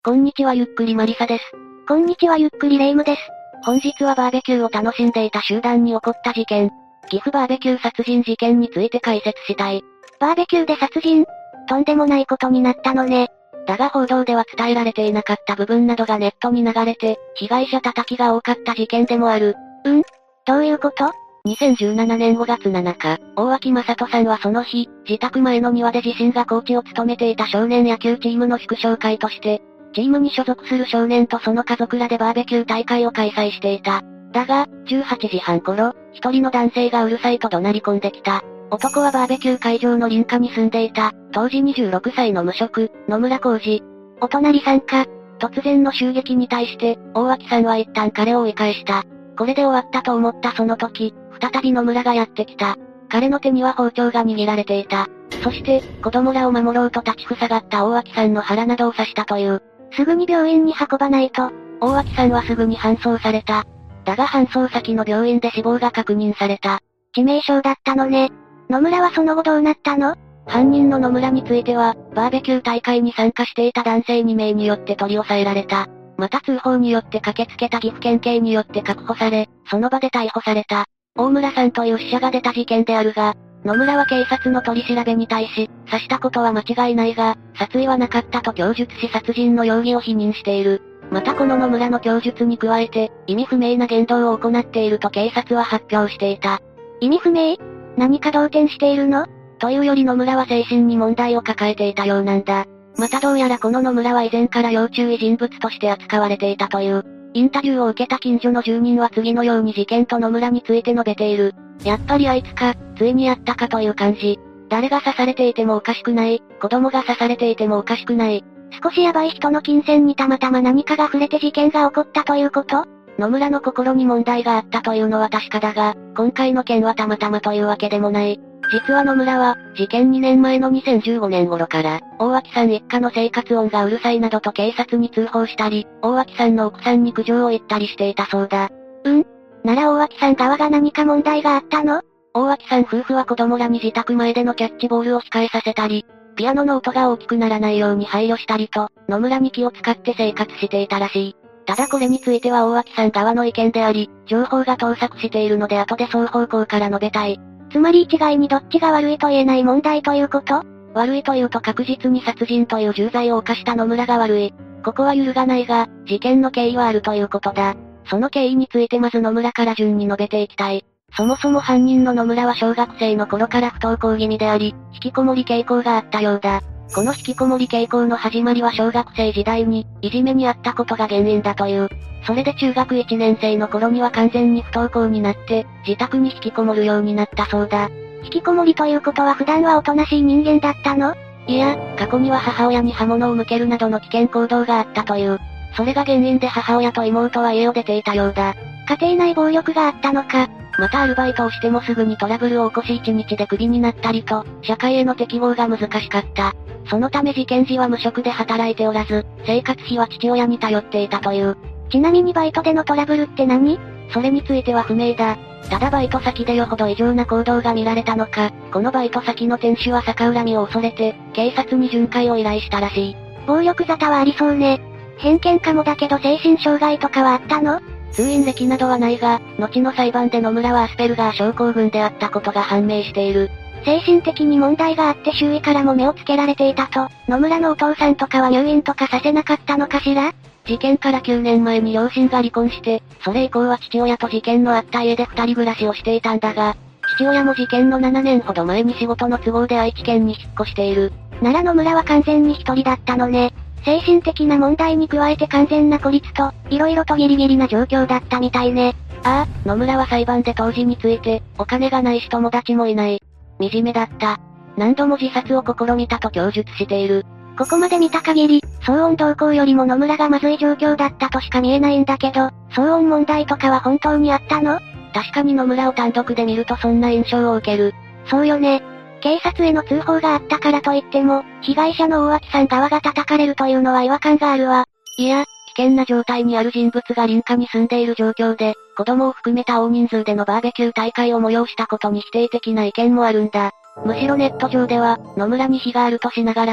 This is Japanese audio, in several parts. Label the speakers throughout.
Speaker 1: こんにちはゆっくりマリサです。
Speaker 2: こんにちはゆっくりレイムです。
Speaker 1: 本日はバーベキューを楽しんでいた集団に起こった事件、岐阜バーベキュー殺人事件について解説したい。
Speaker 2: バーベキューで殺人？とんでもないことになったのね。
Speaker 1: だが報道では伝えられていなかった部分などがネットに流れて、被害者叩きが多かった事件でもある。
Speaker 2: どういうこと？
Speaker 1: 2017年5月7日、大脇正人さんはその日、自宅前の庭で自身がコーチを務めていた少年野球チームの祝勝会として、チームに所属する少年とその家族らでバーベキュー大会を開催していた。だが、18時半頃、一人の男性がうるさいと怒鳴り込んできた。男はバーベキュー会場の林家に住んでいた、当時26歳の無職、野村浩二。
Speaker 2: お隣さんか。
Speaker 1: 突然の襲撃に対して、大脇さんは一旦彼を追い返した。これで終わったと思ったその時、再び野村がやってきた。彼の手には包丁が握られていた。そして、子供らを守ろうと立ちふさがった大脇さんの腹などを刺したという。
Speaker 2: すぐに病院に運ばないと。
Speaker 1: 大脇さんはすぐに搬送された。だが搬送先の病院で死亡が確認された。
Speaker 2: 致命傷だったのね。野村はその後どうなったの？
Speaker 1: 犯人の野村については、バーベキュー大会に参加していた男性2名によって取り押さえられた。また通報によって駆けつけた岐阜県警によって確保され、その場で逮捕された。大村さんという死者が出た事件であるが、野村は警察の取り調べに対し、刺したことは間違いないが、殺意はなかったと供述し殺人の容疑を否認している。またこの野村の供述に加えて、意味不明な言動を行っていると警察は発表していた。
Speaker 2: 意味不明？何か動転しているの？
Speaker 1: というより野村は精神に問題を抱えていたようなんだ。またどうやらこの野村は以前から要注意人物として扱われていたという。インタビューを受けた近所の住人は次のように事件と野村について述べている。やっぱりあいつか、ついにやったかという感じ。誰が刺されていてもおかしくない、子供が刺されていてもおかしくない。
Speaker 2: 少しヤバい人の金銭にたまたま何かが触れて事件が起こったということ？
Speaker 1: 野村の心に問題があったというのは確かだが、今回の件はたまたまというわけでもない。実は野村は、事件2年前の2015年頃から、大脇さん一家の生活音がうるさいなどと警察に通報したり、大脇さんの奥さんに苦情を言ったりしていたそうだ。
Speaker 2: なら大脇さん側が何か問題があったの？
Speaker 1: 大脇さん夫婦は子供らに自宅前でのキャッチボールを控えさせたり、ピアノの音が大きくならないように配慮したりと、野村に気を使って生活していたらしい。ただこれについては大脇さん側の意見であり、情報が盗作しているので後で双方向から述べたい。
Speaker 2: つまり一概にどっちが悪いと言えない問題ということ？
Speaker 1: 悪いというと確実に殺人という重罪を犯した野村が悪い。ここは揺るがないが、事件の経緯はあるということだ。その経緯についてまず野村から順に述べていきたい。そもそも犯人の野村は小学生の頃から不登校気味であり、引きこもり傾向があったようだ。この引きこもり傾向の始まりは小学生時代に、いじめにあったことが原因だという。それで中学1年生の頃には完全に不登校になって、自宅に引きこもるようになったそうだ。
Speaker 2: 引きこもりということは普段はおとなしい人間だったの？
Speaker 1: いや、過去には母親に刃物を向けるなどの危険行動があったという。それが原因で母親と妹は家を出ていたようだ。
Speaker 2: 家庭内暴力があったのか。
Speaker 1: またアルバイトをしてもすぐにトラブルを起こし1日でクビになったりと、社会への適合が難しかった。そのため事件時は無職で働いておらず、生活費は父親に頼っていたという。
Speaker 2: ちなみにバイトでのトラブルって何？
Speaker 1: それについては不明だ。ただバイト先でよほど異常な行動が見られたのか、このバイト先の店主は逆恨みを恐れて、警察に巡回を依頼したらしい。
Speaker 2: 暴力沙汰はありそうね。偏見かもだけど精神障害とかはあったの？
Speaker 1: 通院歴などはないが、後の裁判で野村はアスペルガー症候群であったことが判明している。
Speaker 2: 精神的に問題があって周囲からも目をつけられていたと、野村のお父さんとかは入院とかさせなかったのかしら？
Speaker 1: 事件から9年前に両親が離婚して、それ以降は父親と事件のあった家で二人暮らしをしていたんだが、父親も事件の7年ほど前に仕事の都合で愛知県に引っ越している。
Speaker 2: なら野村は完全に一人だったのね。精神的な問題に加えて完全な孤立と、色々とギリギリな状況だったみたいね。
Speaker 1: ああ、野村は裁判で当時について、お金がないし友達もいない。惨めだった。何度も自殺を試みたと供述している。
Speaker 2: ここまで見た限り、騒音動向よりも野村がまずい状況だったとしか見えないんだけど、騒音問題とかは本当にあったの？
Speaker 1: 確かに野村を単独で見るとそんな印象を受ける。
Speaker 2: そうよね。警察への通報があったからといっても、被害者の大脇さん側が叩かれるというのは違和感があるわ。
Speaker 1: いや、危険な状態にある人物が林家に住んでいる状況で、子供を含めた大人数でのバーベキュー大会を催したことに否定的な意見もあるんだ。むしろネット上では、野村に非があるとしながらも、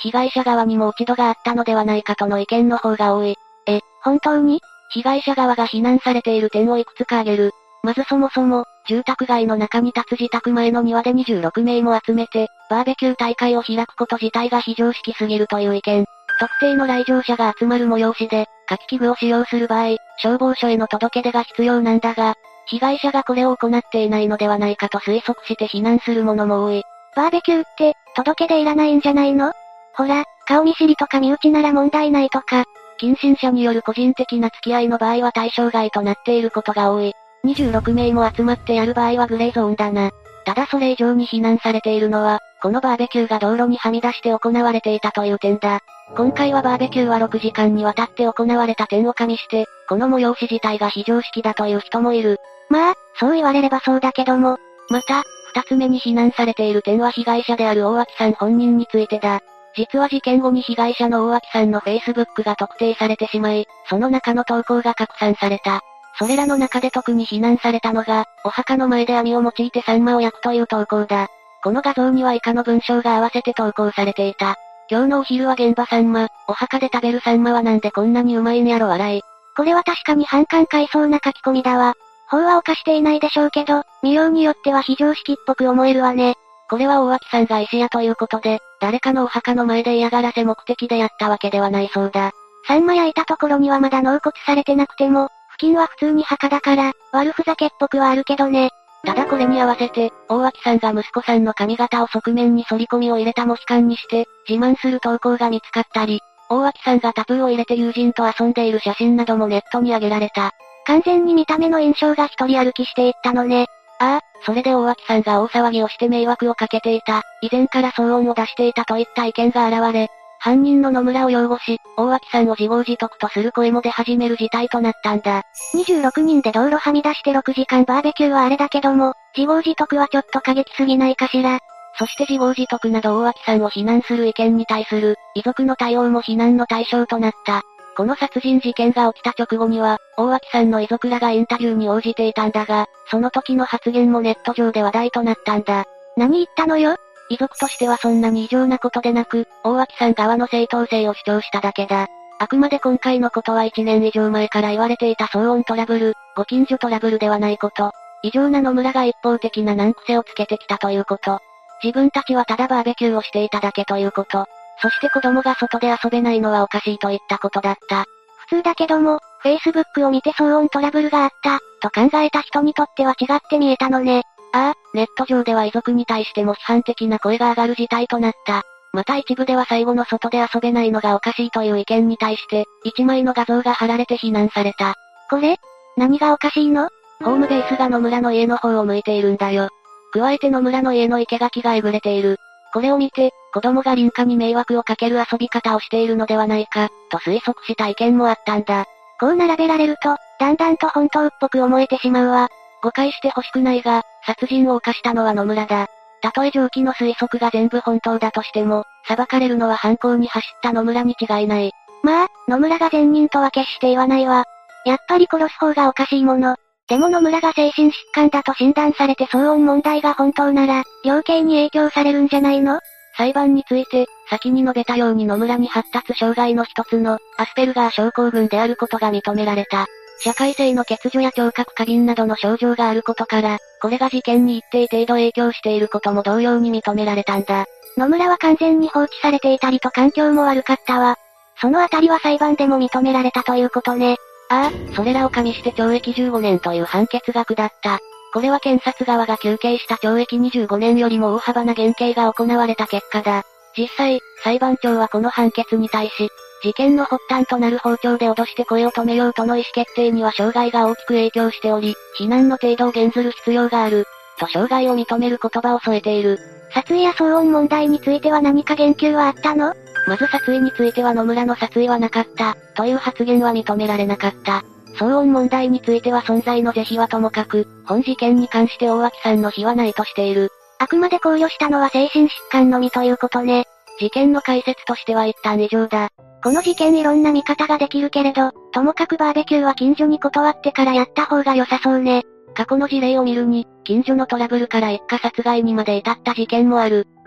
Speaker 1: 被害者側にも落ち度があったのではないかとの意見の方が多い。
Speaker 2: 本当に？
Speaker 1: 被害者側が非難されている点をいくつか挙げる。まずそもそも、住宅街の中に立つ自宅前の庭で26名も集めて、バーベキュー大会を開くこと自体が非常識すぎるという意見。特定の来場者が集まる催しで、火器器具を使用する場合、消防署への届け出が必要なんだが、被害者がこれを行っていないのではないかと推測して非難する者も多い。
Speaker 2: バーベキューって、届け出いらないんじゃないの？ほら、顔見知りとか身内なら問題ないとか。
Speaker 1: 近親者による個人的な付き合いの場合は対象外となっていることが多い。26名も集まってやる場合はグレーゾーンだな。ただそれ以上に非難されているのは、このバーベキューが道路にはみ出して行われていたという点だ。今回はバーベキューは6時間にわたって行われた点を加味して、この催し自体が非常識だという人もいる。
Speaker 2: まあ、そう言われればそうだけども。
Speaker 1: また、二つ目に非難されている点は被害者である大脇さん本人についてだ。実は事件後に被害者の大脇さんの Facebook が特定されてしまい、その中の投稿が拡散された。それらの中で特に非難されたのが、お墓の前で網を用いてサンマを焼くという投稿だ。この画像には以下の文章が合わせて投稿されていた。今日のお昼は現場サンマ、お墓で食べるサンマはなんでこんなにうまいんやろ笑い。
Speaker 2: これは確かに反感買いそうな書き込みだわ。法は犯していないでしょうけど、見ようによっては非常識っぽく思えるわね。
Speaker 1: これは大脇さんが石屋ということで、誰かのお墓の前で嫌がらせ目的でやったわけではないそうだ。
Speaker 2: サンマ焼いたところにはまだ納骨されてなくても、付近は普通に墓だから、悪ふざけっぽくはあるけどね。
Speaker 1: ただこれに合わせて、大脇さんが息子さんの髪型を側面に反り込みを入れたモヒカンにして、自慢する投稿が見つかったり、大脇さんがタトゥーを入れて友人と遊んでいる写真などもネットに上げられた。
Speaker 2: 完全に見た目の印象が一人歩きしていったのね。
Speaker 1: ああ、それで大脇さんが大騒ぎをして迷惑をかけていた、以前から騒音を出していたといった意見が現れ、犯人の野村を擁護し、大脇さんを自業自得とする声も出始める事態となったんだ。
Speaker 2: 26人で道路はみ出して6時間バーベキューはあれだけども、自業自得はちょっと過激すぎないかしら。
Speaker 1: そして自業自得など大脇さんを非難する意見に対する、遺族の対応も非難の対象となった。この殺人事件が起きた直後には、大脇さんの遺族らがインタビューに応じていたんだが、その時の発言もネット上で話題となったんだ。
Speaker 2: 何言ったのよ？
Speaker 1: 遺族としてはそんなに異常なことでなく、大脇さん側の正当性を主張しただけだ。あくまで今回のことは1年以上前から言われていた騒音トラブル、ご近所トラブルではないこと。異常な野村が一方的な難癖をつけてきたということ。自分たちはただバーベキューをしていただけということ。そして子供が外で遊べないのはおかしいといったことだった。
Speaker 2: 普通だけども、Facebook を見て騒音トラブルがあった、と考えた人にとっては違って見えたのね。
Speaker 1: ああ、ネット上では遺族に対しても批判的な声が上がる事態となった。また一部では最後の外で遊べないのがおかしいという意見に対して、1枚の画像が貼られて非難された。
Speaker 2: これ？何がおかしいの？
Speaker 1: ホームベースが野村の家の方を向いているんだよ。加えて野村の家の生垣がえぐれている。これを見て、子供が林家に迷惑をかける遊び方をしているのではないか、と推測した意見もあったんだ。
Speaker 2: こう並べられると、だんだんと本当っぽく思えてしまうわ。
Speaker 1: 誤解してほしくないが、殺人を犯したのは野村だ。たとえ上記の推測が全部本当だとしても、裁かれるのは犯行に走った野村に違いない。
Speaker 2: まあ、野村が善人とは決して言わないわ。やっぱり殺す方がおかしいもの。でも野村が精神疾患だと診断されて騒音問題が本当なら、量刑に影響されるんじゃないの？
Speaker 1: 裁判について、先に述べたように野村に発達障害の一つの、アスペルガー症候群であることが認められた。社会性の欠如や聴覚過敏などの症状があることから、これが事件に一定程度影響していることも同様に認められたんだ。
Speaker 2: 野村は完全に放置されていたりと環境も悪かったわ。そのあたりは裁判でも認められたということね。
Speaker 1: ああ、それらを加味して懲役15年という判決が下った。これは検察側が求刑した懲役25年よりも大幅な減刑が行われた結果だ。実際、裁判長はこの判決に対し、事件の発端となる包丁で脅して声を止めようとの意思決定には障害が大きく影響しており、非難の程度を減ずる必要がある、と障害を認める言葉を添えている。
Speaker 2: 殺意や騒音問題については何か言及はあったの？
Speaker 1: まず殺意については野村の殺意はなかった、という発言は認められなかった。騒音問題については存在の是非はともかく、本事件に関して大脇さんの非はないとしている。
Speaker 2: あくまで考慮したのは精神疾患のみということね。
Speaker 1: 事件の解説としては一旦以上だ。
Speaker 2: この事件いろんな見方ができるけれど、ともかくバーベキューは近所に断ってからやった方が良さそうね。
Speaker 1: 過去の事例を見るに、近所のトラブルから一家殺害にまで至った事件もある。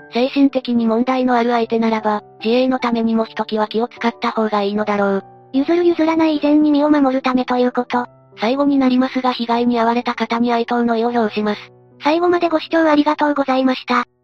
Speaker 1: 精神的に問題のある相手ならば、自衛のためにもひときわ気を使った方がいいのだろう。
Speaker 2: 譲る譲らない以前に身を守るためということ。
Speaker 1: 最後になりますが被害に遭われた方に哀悼の意を表します。
Speaker 2: 最後までご視聴ありがとうございました。